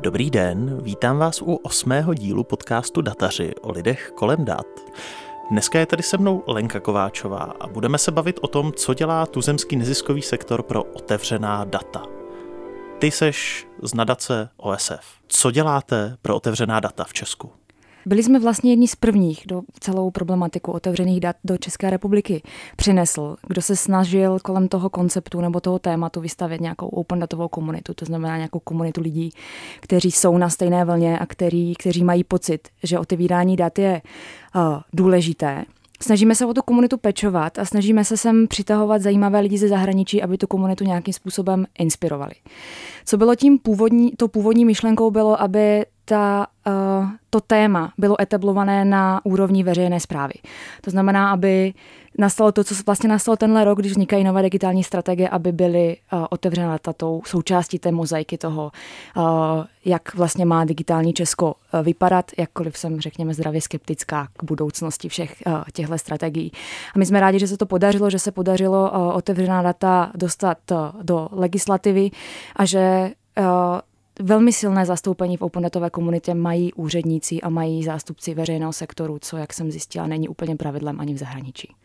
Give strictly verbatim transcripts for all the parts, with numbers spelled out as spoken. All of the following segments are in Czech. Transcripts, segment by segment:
Dobrý den, vítám vás u osmého dílu podcastu Dataři o lidech kolem dat. Dneska je tady se mnou Lenka Kováčová a budeme se bavit o tom, co dělá tuzemský neziskový sektor pro otevřená data. Ty seš z nadace O S F. Co děláte pro otevřená data v Česku? Byli jsme vlastně jedni z prvních, kdo celou problematiku otevřených dat do České republiky přinesl, kdo se snažil kolem toho konceptu nebo toho tématu vystavět nějakou open datovou komunitu, to znamená nějakou komunitu lidí, kteří jsou na stejné vlně a který, kteří mají pocit, že otevírání dat je uh, důležité. Snažíme se o tu komunitu pečovat a snažíme se sem přitahovat zajímavé lidi ze zahraničí, aby tu komunitu nějakým způsobem inspirovali. Co bylo tím původní, to původní myšlenkou bylo, aby ta, uh, to téma bylo etablované na úrovni veřejné správy. To znamená, aby nastalo to, co vlastně nastalo tenhle rok, když vznikají nové digitální strategie, aby byly uh, otevřené data tou součástí té mozaiky toho, uh, jak vlastně má digitální Česko uh, vypadat, jakkoliv jsem, řekněme, zdravě skeptická k budoucnosti všech uh, těchto strategií. A my jsme rádi, že se to podařilo, že se podařilo uh, otevřená data dostat uh, do legislativy a že uh, velmi silné zastoupení v open datové komunitě mají úředníci a mají zástupci veřejného sektoru, co, jak jsem zjistila, není úplně pravidlem ani v zahraničí.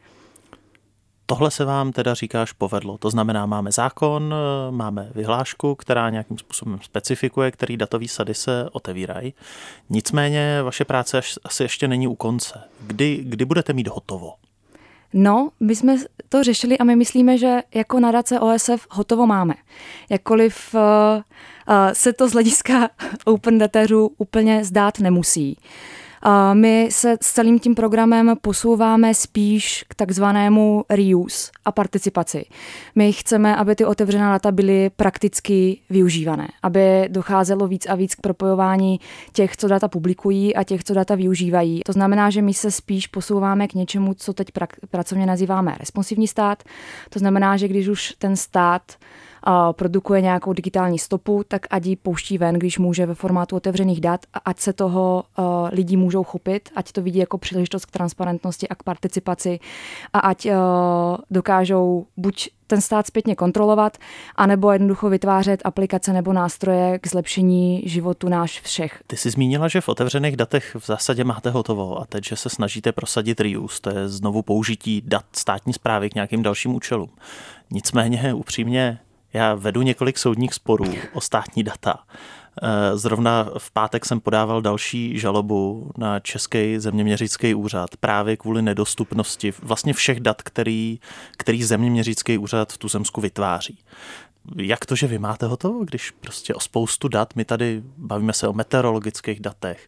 Tohle se vám teda říkáš povedlo. To znamená, máme zákon, máme vyhlášku, která nějakým způsobem specifikuje, který datový sady se otevírají. Nicméně vaše práce asi ještě není u konce. Kdy, kdy budete mít hotovo? No, my jsme to řešili a my myslíme, že jako nadace O S F hotovo máme. Jakkoliv uh, uh, se to z hlediska open datařů úplně zdát nemusí. Uh, my se s celým tím programem posouváme spíš k takzvanému reuse a participaci. My chceme, aby ty otevřená data byly prakticky využívané, aby docházelo víc a víc k propojování těch, co data publikují a těch, co data využívají. To znamená, že my se spíš posouváme k něčemu, co teď pra- pracovně nazýváme responsivní stát. To znamená, že když už ten stát Uh, produkuje nějakou digitální stopu, tak ať ji pouští ven, když může ve formátu otevřených dat a ať se toho uh, lidi můžou chopit, ať to vidí jako příležitost k transparentnosti a k participaci a ať uh, dokážou buď ten stát zpětně kontrolovat, anebo jednoducho vytvářet aplikace nebo nástroje k zlepšení životu náš všech. Ty jsi zmínila, že v otevřených datech v zásadě máte hotovo a teď, že se snažíte prosadit reuse, to je znovu použití dat státní správy k nějakým dalším účelům. Nicméně upřímně já vedu několik soudních sporů o státní data. Zrovna v pátek jsem podával další žalobu na Český zeměměřický úřad právě kvůli nedostupnosti vlastně všech dat, který, který zeměměřický úřad v tuzemsku vytváří. Jak to, že vy máte hotovo, když prostě o spoustu dat, my tady bavíme se o meteorologických datech,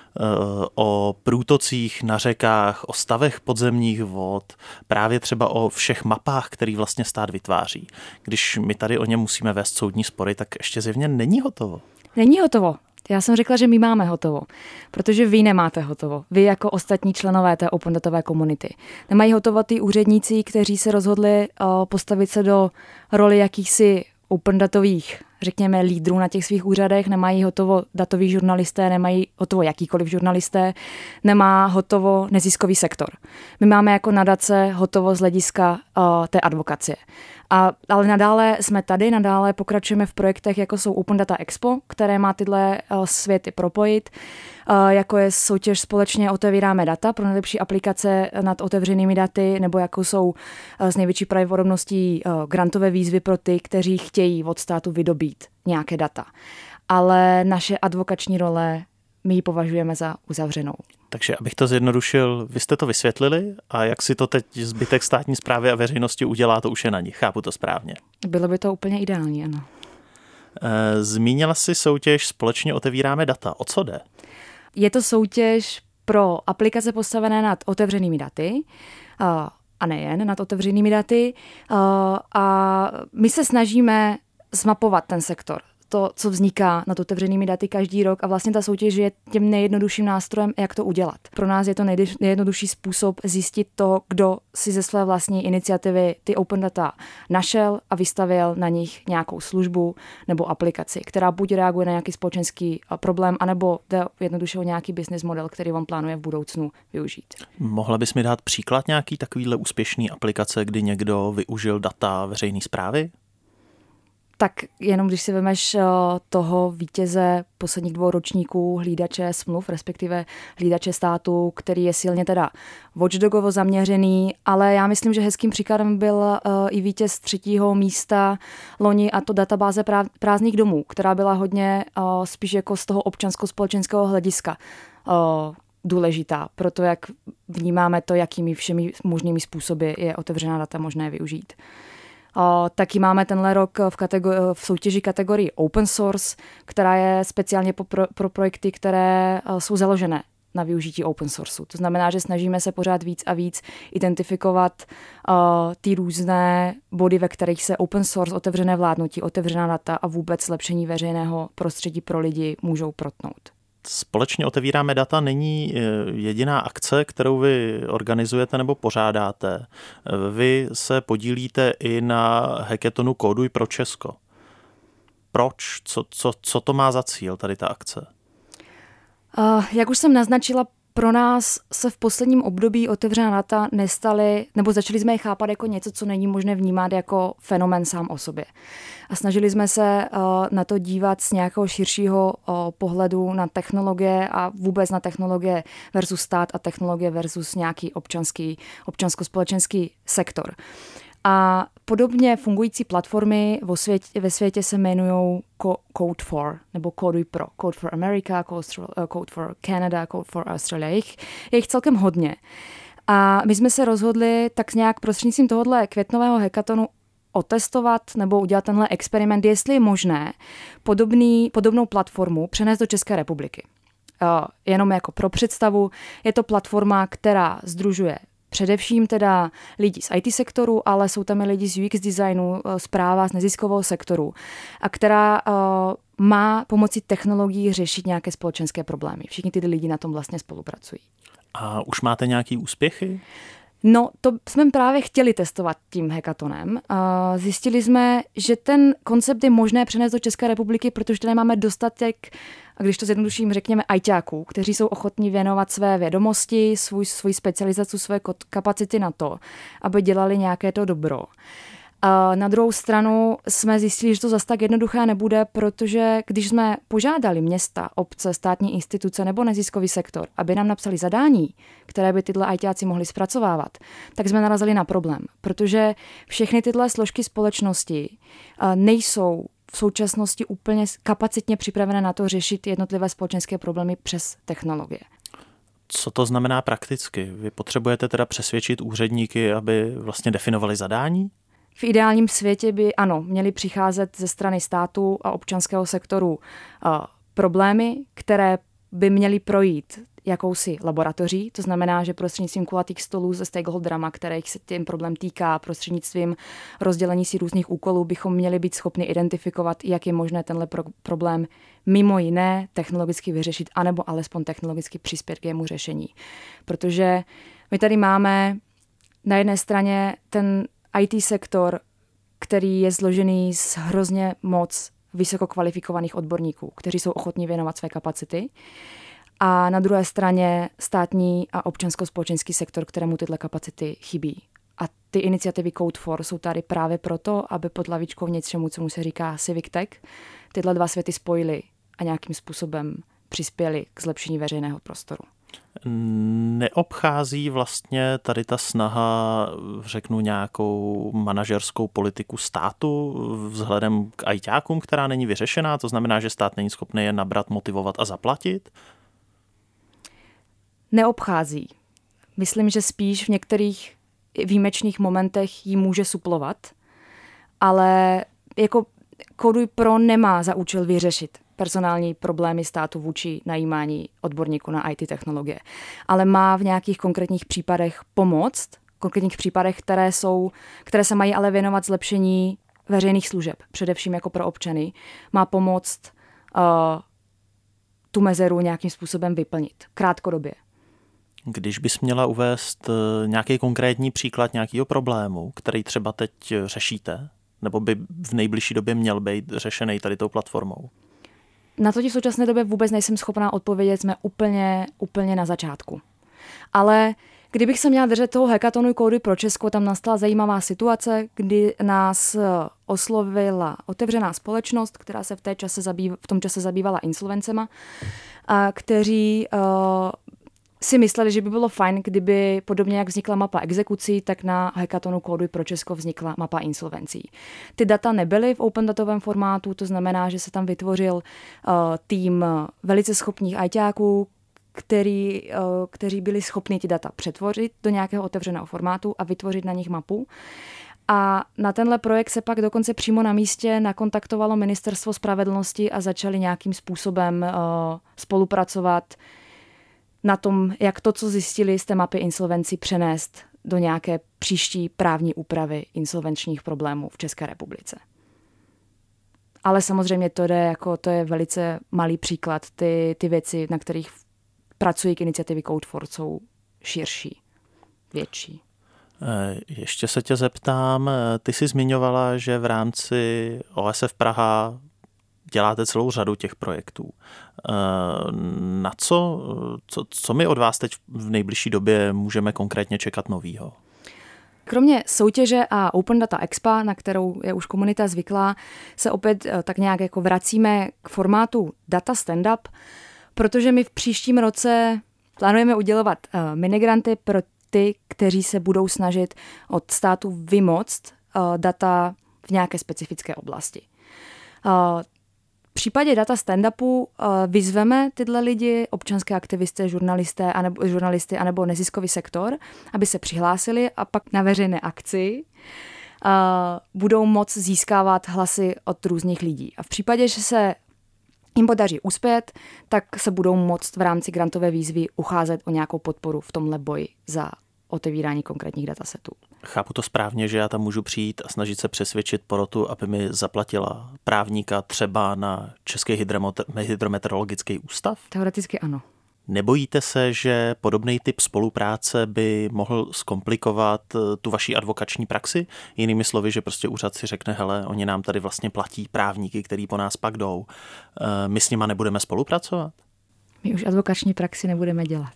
o průtocích na řekách, o stavech podzemních vod, právě třeba o všech mapách, který vlastně stát vytváří. Když my tady o ně musíme vést soudní spory, tak ještě zjevně není hotovo. Není hotovo. Já jsem řekla, že my máme hotovo, protože vy nemáte hotovo. Vy jako ostatní členové té open datové komunity. Nemají hotovo ty úředníci, kteří se rozhodli postavit se do roli jakýchsi open datových, řekněme, lídrů na těch svých úřadech, nemají hotovo datoví žurnalisté, nemají hotovo jakýkoliv žurnalisté, nemá hotovo neziskový sektor. My máme jako nadace hotovo z hlediska uh, té advokacie. A, ale nadále jsme tady, nadále pokračujeme v projektech, jako jsou Open Data Expo, které má tyhle uh, světy propojit, uh, jako je soutěž Společně otevíráme data pro nejlepší aplikace nad otevřenými daty, nebo jako jsou uh, s největší pravděpodobností uh, grantové výzvy pro ty, kteří chtějí od státu vydobít nějaké data. Ale naše advokační role, my ji považujeme za uzavřenou. Takže abych to zjednodušil, vy jste to vysvětlili a jak si to teď zbytek státní správy a veřejnosti udělá, to už je na nich. Chápu to správně. Bylo by to úplně ideální, ano. Zmínila jsi soutěž Společně otevíráme data. O co jde? Je to soutěž pro aplikace postavené nad otevřenými daty a nejen nad otevřenými daty. A my se snažíme zmapovat ten sektor. To, co vzniká nad otevřenými daty každý rok a vlastně ta soutěž je tím nejjednodušším nástrojem, jak to udělat. Pro nás je to nejjednodušší způsob zjistit to, kdo si ze své vlastní iniciativy ty open data našel a vystavil na nich nějakou službu nebo aplikaci, která buď reaguje na nějaký společenský problém, anebo jde jednoduše o nějaký business model, který on plánuje v budoucnu využít. Mohla bys mi dát příklad nějaký takovýhle úspěšný aplikace, kdy někdo využil data veřejné správy? tak jenom když si vemeš toho vítěze posledních dvou ročníků hlídače smluv, respektive hlídače státu, který je silně teda watchdogovo zaměřený, ale já myslím, že hezkým příkladem byl uh, i vítěz třetího místa loni, a to databáze prázdných domů, která byla hodně uh, spíš jako z toho občansko-společenského hlediska uh, důležitá pro to, jak vnímáme to, jakými všemi možnými způsoby je otevřená data možné využít. Uh, taky máme tenhle rok v, kategori- v soutěži kategorii Open Source, která je speciálně pro, pro projekty, které uh, jsou založené na využití open sourceu. To znamená, že snažíme se pořád víc a víc identifikovat uh, ty různé body, ve kterých se open source, otevřené vládnutí, otevřená data a vůbec zlepšení veřejného prostředí pro lidi můžou protnout. Společně otevíráme data není jediná akce, kterou vy organizujete nebo pořádáte. Vy se podílíte i na hackathonu Kóduj pro Česko. Proč? Co, co, co to má za cíl, tady ta akce? Uh, jak už jsem naznačila, pro nás se v posledním období otevřená data nestaly, nebo začali jsme je chápat jako něco, co není možné vnímat jako fenomén sám o sobě. A snažili jsme se uh, na to dívat z nějakého širšího uh, pohledu na technologie a vůbec na technologie versus stát a technologie versus nějaký občanský, občansko-společenský sektor. A podobně fungující platformy vo světě, ve světě se jmenují Code for, nebo Kóduj pro. Code for America, Code for Canada, Code for Australia. Je jich, je jich celkem hodně. A my jsme se rozhodli tak nějak prostřednictvím tohohle květnového hackathonu otestovat nebo udělat tenhle experiment, jestli je možné podobný, podobnou platformu přenést do České republiky. Uh, jenom jako pro představu, je to platforma, která sdružuje především teda lidi z í té sektoru, ale jsou tam i lidi z U X designu, z práva, z neziskového sektoru, a která uh, má pomocí technologií řešit nějaké společenské problémy. Všichni ty lidi na tom vlastně spolupracují. A už máte nějaký úspěchy? No, to jsme právě chtěli testovat tím hackathonem. Zjistili jsme, že ten koncept je možné přenést do České republiky, protože tady máme dostatek, a když to zjednoduším, řekněme, ajťáků, kteří jsou ochotní věnovat své vědomosti, svůj, svůj specializaci, své kapacity na to, aby dělali nějaké to dobro. A na druhou stranu jsme zjistili, že to zas tak jednoduché nebude, protože když jsme požádali města, obce, státní instituce nebo neziskový sektor, aby nám napsali zadání, které by tyhle ajťáci mohli zpracovávat, tak jsme narazili na problém, protože všechny tyhle složky společnosti nejsou v současnosti úplně kapacitně připravené na to řešit jednotlivé společenské problémy přes technologie. Co to znamená prakticky? Vy potřebujete teda přesvědčit úředníky, aby vlastně definovali zadání? V ideálním světě by, ano, měly přicházet ze strany státu a občanského sektoru uh, problémy, které by měly projít jakousi laboratoří, to znamená, že prostřednictvím kulatých stolů se stakeholderama, kterých se tím problém týká, prostřednictvím rozdělení si různých úkolů, bychom měli být schopni identifikovat, jak je možné tenhle pro- problém mimo jiné technologicky vyřešit, anebo alespoň technologicky přispět k jému řešení. Protože my tady máme na jedné straně ten í té sektor, který je složený z hrozně moc vysokokvalifikovaných odborníků, kteří jsou ochotní věnovat své kapacity. A na druhé straně státní a občansko-společenský sektor, kterému tyhle kapacity chybí. A ty iniciativy Code for jsou tady právě proto, aby pod hlavičkou něčemu, co mu se říká Civic Tech, tyhle dva světy spojily a nějakým způsobem přispěli k zlepšení veřejného prostoru. Neobchází vlastně tady ta snaha, řeknu, nějakou manažerskou politiku státu vzhledem k ajťákům, která není vyřešená? To znamená, že stát není schopný je nabrat, motivovat a zaplatit? Neobchází. Myslím, že spíš v některých výjimečných momentech ji může suplovat, ale jako Kóduj pro nemá za účel vyřešit personální problémy státu vůči najímání odborníků na í té technologie, ale má v nějakých konkrétních případech pomoct, konkrétních případech, které jsou, které se mají ale věnovat zlepšení veřejných služeb, především jako pro občany, má pomoct uh, tu mezeru nějakým způsobem vyplnit, krátkodobě. Když bys měla uvést nějaký konkrétní příklad nějakého problému, který třeba teď řešíte, nebo by v nejbližší době měl být řešený tady tou platformou? Na to v současné době vůbec nejsem schopná odpovědět, jsme úplně, úplně na začátku. Ale Kdybych se měla držet toho hackathonu Kódy pro Česko, tam nastala zajímavá situace, kdy nás oslovila otevřená společnost, která se v, té čase zabýv, v tom čase zabývala insolvencema, a kteří uh, si mysleli, že by bylo fajn, kdyby podobně jak vznikla mapa exekucí, tak na hackathonu Kódy pro Česko vznikla mapa insolvencí. Ty data nebyly v open datovém formátu, to znamená, že se tam vytvořil uh, tým velice schopných ajťáků, který, uh, kteří byli schopni ty data přetvořit do nějakého otevřeného formátu a vytvořit na nich mapu. A na tenhle projekt se pak dokonce přímo na místě nakontaktovalo Ministerstvo spravedlnosti a začali nějakým způsobem uh, spolupracovat na tom, jak to, co zjistili z té mapy insolvencí, přenést do nějaké příští právní úpravy insolvenčních problémů v České republice. Ale samozřejmě to, jde jako, to je velice malý příklad. Ty, ty věci, na kterých pracují k iniciativy Code for, jsou širší, větší. Ještě se tě zeptám, ty jsi zmiňovala, že v rámci O S F Praha děláte celou řadu těch projektů. Na co, co, co my od vás teď v nejbližší době můžeme konkrétně čekat novýho? Kromě soutěže a Open Data Expa, na kterou je už komunita zvyklá, se opět tak nějak jako vracíme k formátu Data Stand-up, protože my v příštím roce plánujeme udělovat minigranty pro ty, kteří se budou snažit od státu vymoct data v nějaké specifické oblasti. V případě Data Stand-upu uh, vyzveme tyhle lidi, občanské aktivisty, žurnalisté, anebo, žurnalisty anebo neziskový sektor, aby se přihlásili a pak na veřejné akci uh, budou moct získávat hlasy od různých lidí. A v případě, že se jim podaří uspět, tak se budou moct v rámci grantové výzvy ucházet o nějakou podporu v tomhle boji za otevírání konkrétních datasetů. Chápu to správně, že já tam můžu přijít a snažit se přesvědčit porotu, aby mi zaplatila právníka třeba na Český hydrometeorologický ústav? Teoreticky ano. Nebojíte se, že podobný typ spolupráce by mohl zkomplikovat tu vaši advokační praxi? Jinými slovy, že prostě úřad si řekne, hele, oni nám tady vlastně platí právníky, který po nás pak jdou. My s nima nebudeme spolupracovat? My už advokační praxi nebudeme dělat.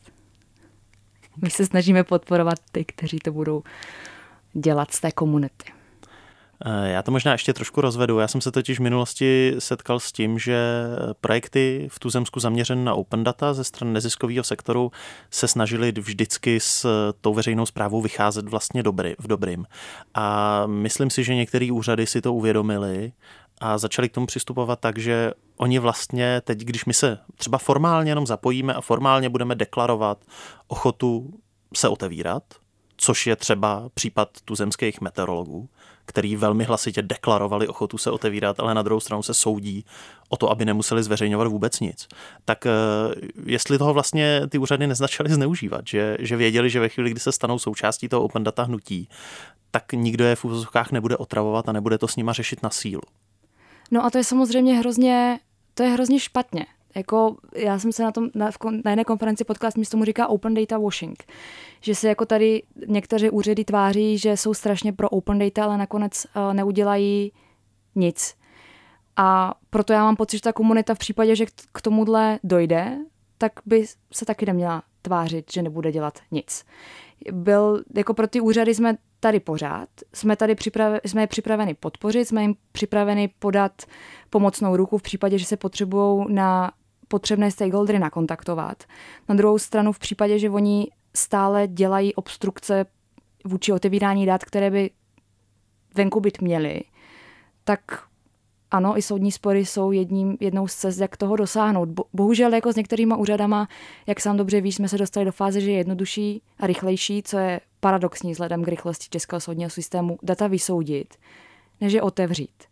My se snažíme podporovat ty, kteří to budou dělat z té komunity. Já to možná ještě trošku rozvedu. Já jsem se totiž v minulosti setkal s tím, že projekty v tuzemsku zaměřené na open data ze strany neziskového sektoru se snažili vždycky s tou veřejnou správou vycházet vlastně dobrý, v dobrým. A myslím si, že některé úřady si to uvědomili a začali k tomu přistupovat tak, že oni vlastně teď, když my se třeba formálně jenom zapojíme a formálně budeme deklarovat ochotu se otevírat, což je třeba případ tuzemských meteorologů, který velmi hlasitě deklarovali ochotu se otevírat, ale na druhou stranu se soudí o to, aby nemuseli zveřejňovat vůbec nic. Tak jestli toho vlastně ty úřady neznačaly zneužívat, že, že věděli, že ve chvíli, kdy se stanou součástí toho open data hnutí, tak nikdo je v úvozovkách nebude otravovat a nebude to s nima řešit na sílu. No a to je samozřejmě hrozně, to je hrozně špatně. Jako já jsem se na tom na, na jedné konferenci potkala, s tomu říká open data washing. Že se jako tady některé úřady tváří, že jsou strašně pro open data, ale nakonec uh, neudělají nic. A proto já mám pocit, že ta komunita v případě, že k tomuhle dojde, tak by se taky neměla tvářit, že nebude dělat nic. Byl, jako pro ty úřady jsme tady pořád, jsme tady připravi, jsme je připraveni podpořit, jsme jim připraveni podat pomocnou ruku v případě, že se potřebují na potřebné stakeholdery nakontaktovat. Na druhou stranu v případě, že oni stále dělají obstrukce vůči otevírání dat, které by venku být měly, tak ano, i soudní spory jsou jedním, jednou z cest, jak toho dosáhnout. Bo, bohužel jako s některýma úřadama, jak sám dobře víš, jsme se dostali do fáze, že je jednodušší a rychlejší, co je paradoxní vzhledem k rychlosti českého soudního systému, data vysoudit, než je otevřít.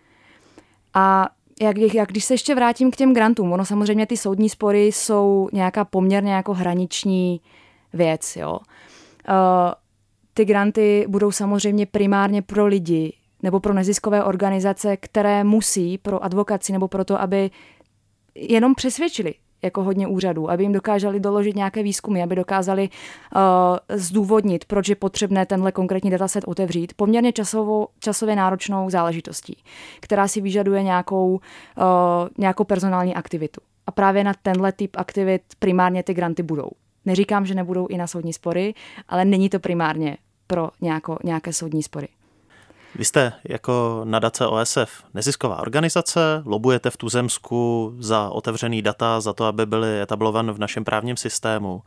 A jak, jak když se ještě vrátím k těm grantům, ono samozřejmě ty soudní spory jsou nějaká poměrně jako hraniční věc. Jo. Uh, ty granty budou samozřejmě primárně pro lidi, nebo pro neziskové organizace, které musí pro advokaci nebo pro to, aby jenom přesvědčili jako hodně úřadů, aby jim dokázali doložit nějaké výzkumy, aby dokázali uh, zdůvodnit, proč je potřebné tenhle konkrétní dataset otevřít, poměrně časovou, časově náročnou záležitostí, která si vyžaduje nějakou, uh, nějakou personální aktivitu. A právě na tenhle typ aktivit primárně ty granty budou. Neříkám, že nebudou i na soudní spory, ale není to primárně pro nějako, nějaké soudní spory. Vy jste jako nadace O S F nezisková organizace, lobujete v Tuzemsku za otevřený data, za to, aby byly etablovan v našem právním systému.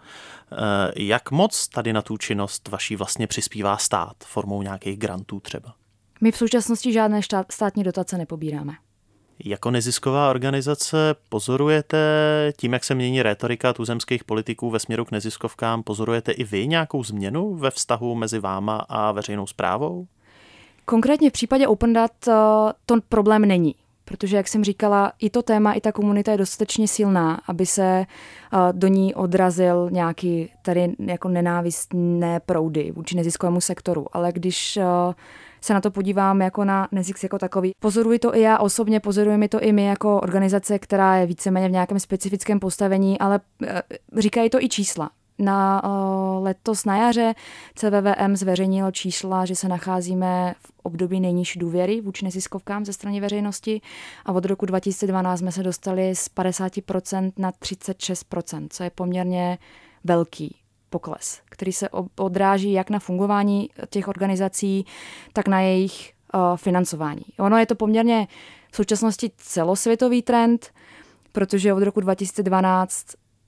Jak moc tady na tu činnost vaší vlastně přispívá stát formou nějakých grantů třeba? My v současnosti žádné štát, státní dotace nepobíráme. Jako nezisková organizace pozorujete, tím, jak se mění rétorika tuzemských politiků ve směru k neziskovkám, pozorujete i vy nějakou změnu ve vztahu mezi váma a veřejnou správou? Konkrétně v případě OpenDat to problém není, protože, jak jsem říkala, i to téma, i ta komunita je dostatečně silná, aby se do ní odrazil nějaký tady jako nenávistné proudy vůči neziskovému sektoru. Ale když se na to podívám jako na nezisk jako takový, pozoruji to i já osobně, pozorujeme to i my jako organizace, která je víceméně v nějakém specifickém postavení, ale říkají to i čísla. Na uh, letos na jaře C V V M zveřejnilo čísla, že se nacházíme v období nejnižší důvěry vůči neziskovkám ze strany veřejnosti a od roku dva tisíce dvanáct jsme se dostali z padesát procent na třicet šest procent, co je poměrně velký pokles, který se odráží jak na fungování těch organizací, tak na jejich uh, financování. Ono je to poměrně v současnosti celosvětový trend, protože od roku dva tisíce dvanáct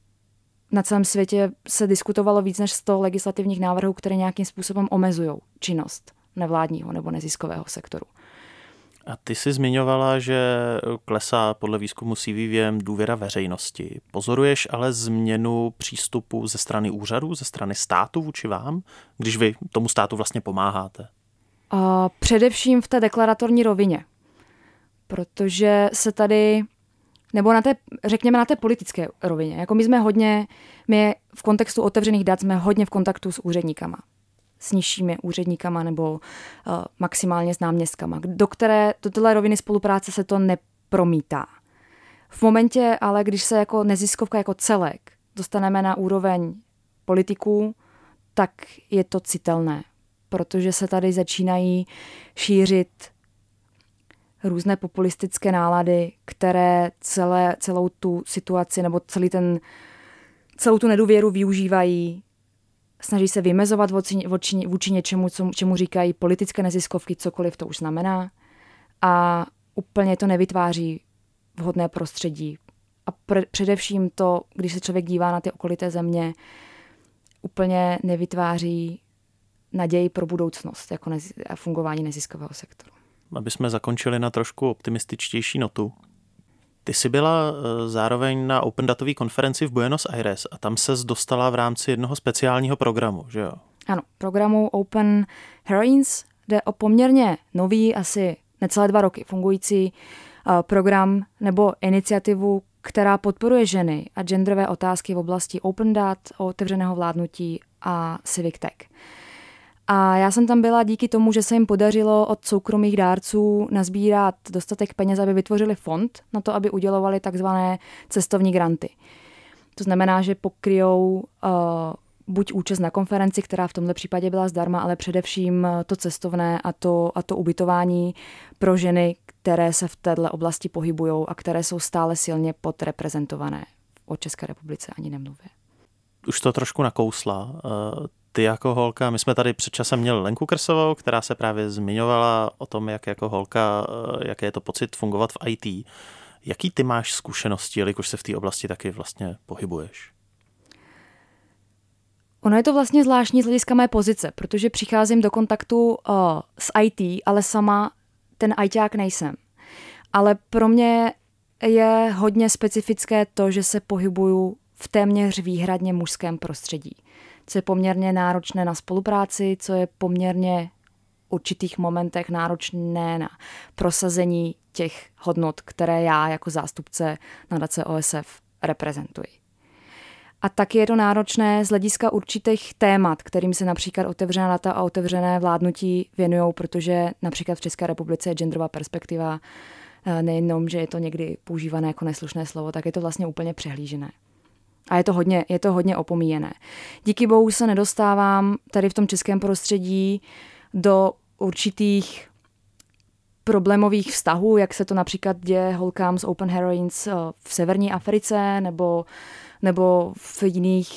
na celém světě se diskutovalo víc než sto legislativních návrhů, které nějakým způsobem omezují činnost nevládního nebo neziskového sektoru. A ty jsi zmiňovala, že klesá podle výzkumu C V V M důvěra veřejnosti. Pozoruješ ale změnu přístupu ze strany úřadů, ze strany státu vůči vám, když vy tomu státu vlastně pomáháte? A především v té deklaratorní rovině, protože se tady nebo na té, řekněme, na té politické rovině. Jako my jsme hodně, my v kontextu otevřených dat jsme hodně v kontaktu s úředníkama. S nižšími úředníkama nebo uh, maximálně s náměstkama, do které, do téhle roviny spolupráce se to nepromítá. V momentě ale, když se jako neziskovka jako celek dostaneme na úroveň politiků, tak je to citelné, protože se tady začínají šířit různé populistické nálady, které celé, celou tu situaci nebo celý ten, celou tu nedůvěru využívají, snaží se vymezovat vůči, vůči, vůči něčemu, co, čemu říkají politické neziskovky, cokoliv to už znamená. A úplně to nevytváří vhodné prostředí. A pr- především to, když se člověk dívá na ty okolité země, úplně nevytváří naději pro budoucnost jako nez- a fungování neziskového sektoru. Aby jsme zakončili na trošku optimističtější notu. Ty jsi byla zároveň na Open datové konferenci v Buenos Aires a tam ses dostala v rámci jednoho speciálního programu, že jo? Ano, programu Open Heroines jde o poměrně nový, asi necelé dva roky fungující uh, program nebo iniciativu, která podporuje ženy a genderové otázky v oblasti Open Dat, otevřeného vládnutí a Civic Tech. A já jsem tam byla díky tomu, že se jim podařilo od soukromých dárců nazbírat dostatek peněz, aby vytvořili fond na to, aby udělovali takzvané cestovní granty. To znamená, že pokryjou uh, buď účast na konferenci, která v tomto případě byla zdarma, ale především to cestovné a to, a to ubytování pro ženy, které se v této oblasti pohybují a které jsou stále silně podreprezentované. O České republice ani nemluvě. Už to trošku nakousla. Ty jako holka, my jsme tady před časem měli Lenku Krsovou, která se právě zmiňovala o tom, jak jako holka, jaký je to pocit fungovat v í té. Jaký ty máš zkušenosti, jelikož se v té oblasti taky vlastně pohybuješ? Ono je to vlastně zvláštní z hlediska mé pozice, protože přicházím do kontaktu uh, s í té, ale sama ten ajťák nejsem. Ale pro mě je hodně specifické to, že se pohybuju v téměř výhradně mužském prostředí, co je poměrně náročné na spolupráci, co je poměrně v určitých momentech náročné na prosazení těch hodnot, které já jako zástupce nadace O S F reprezentuji. A taky je to náročné z hlediska určitých témat, kterým se například otevřená data a otevřené vládnutí věnují, protože například v České republice je genderová perspektiva nejenom, že je to někdy používané jako neslušné slovo, tak je to vlastně úplně přehlížené. A je to hodně, je to hodně opomíjené. Díky bohu se nedostávám tady v tom českém prostředí do určitých problémových vztahů, jak se to například děje holkám z Open Heroines v severní Africe nebo, nebo v jiných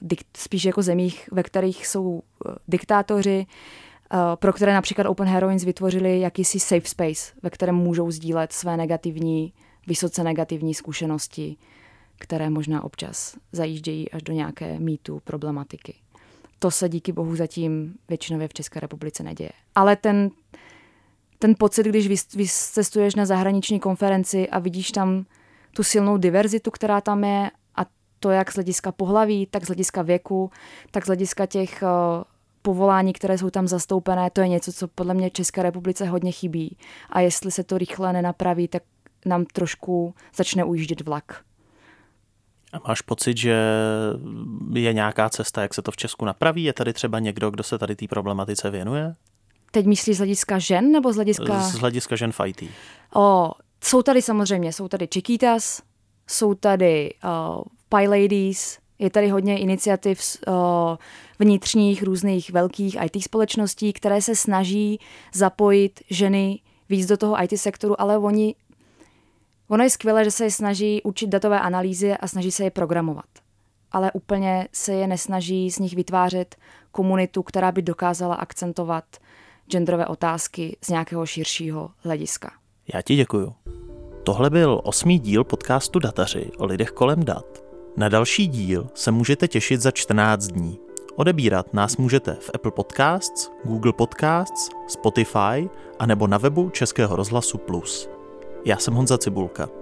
dik- spíš jako zemích, ve kterých jsou uh, diktátoři, uh, pro které například Open Heroines vytvořili jakýsi safe space, ve kterém můžou sdílet své negativní, vysoce negativní zkušenosti, které možná občas zajíždějí až do nějaké mýtu problematiky. To se díky bohu zatím většinově v České republice neděje. Ale ten, ten pocit, když vycestuješ na zahraniční konferenci a vidíš tam tu silnou diverzitu, která tam je, a to jak z hlediska pohlaví, tak z hlediska věku, tak z hlediska těch uh, povolání, které jsou tam zastoupené, to je něco, co podle mě České republice hodně chybí. A jestli se to rychle nenapraví, tak nám trošku začne ujíždět vlak. A máš pocit, že je nějaká cesta, jak se to v Česku napraví? Je tady třeba někdo, kdo se tady té problematice věnuje? Teď myslíš z hlediska žen nebo z hlediska... Z hlediska žen v í té. O, jsou tady samozřejmě, jsou tady Chiquitas, jsou tady uh, Pie Ladies, je tady hodně iniciativ uh, vnitřních různých velkých í té společností, které se snaží zapojit ženy víc do toho í té sektoru, ale oni Ono je skvělé, že se je snaží učit datové analýzy a snaží se je programovat. Ale úplně se je nesnaží z nich vytvářet komunitu, která by dokázala akcentovat genderové otázky z nějakého širšího hlediska. Já ti děkuju. Tohle byl osmý díl podcastu Dataři o lidech kolem dat. Na další díl se můžete těšit za čtrnáct dní. Odebírat nás můžete v Apple Podcasts, Google Podcasts, Spotify a nebo na webu Českého rozhlasu Plus. Já jsem Honza Cibulka.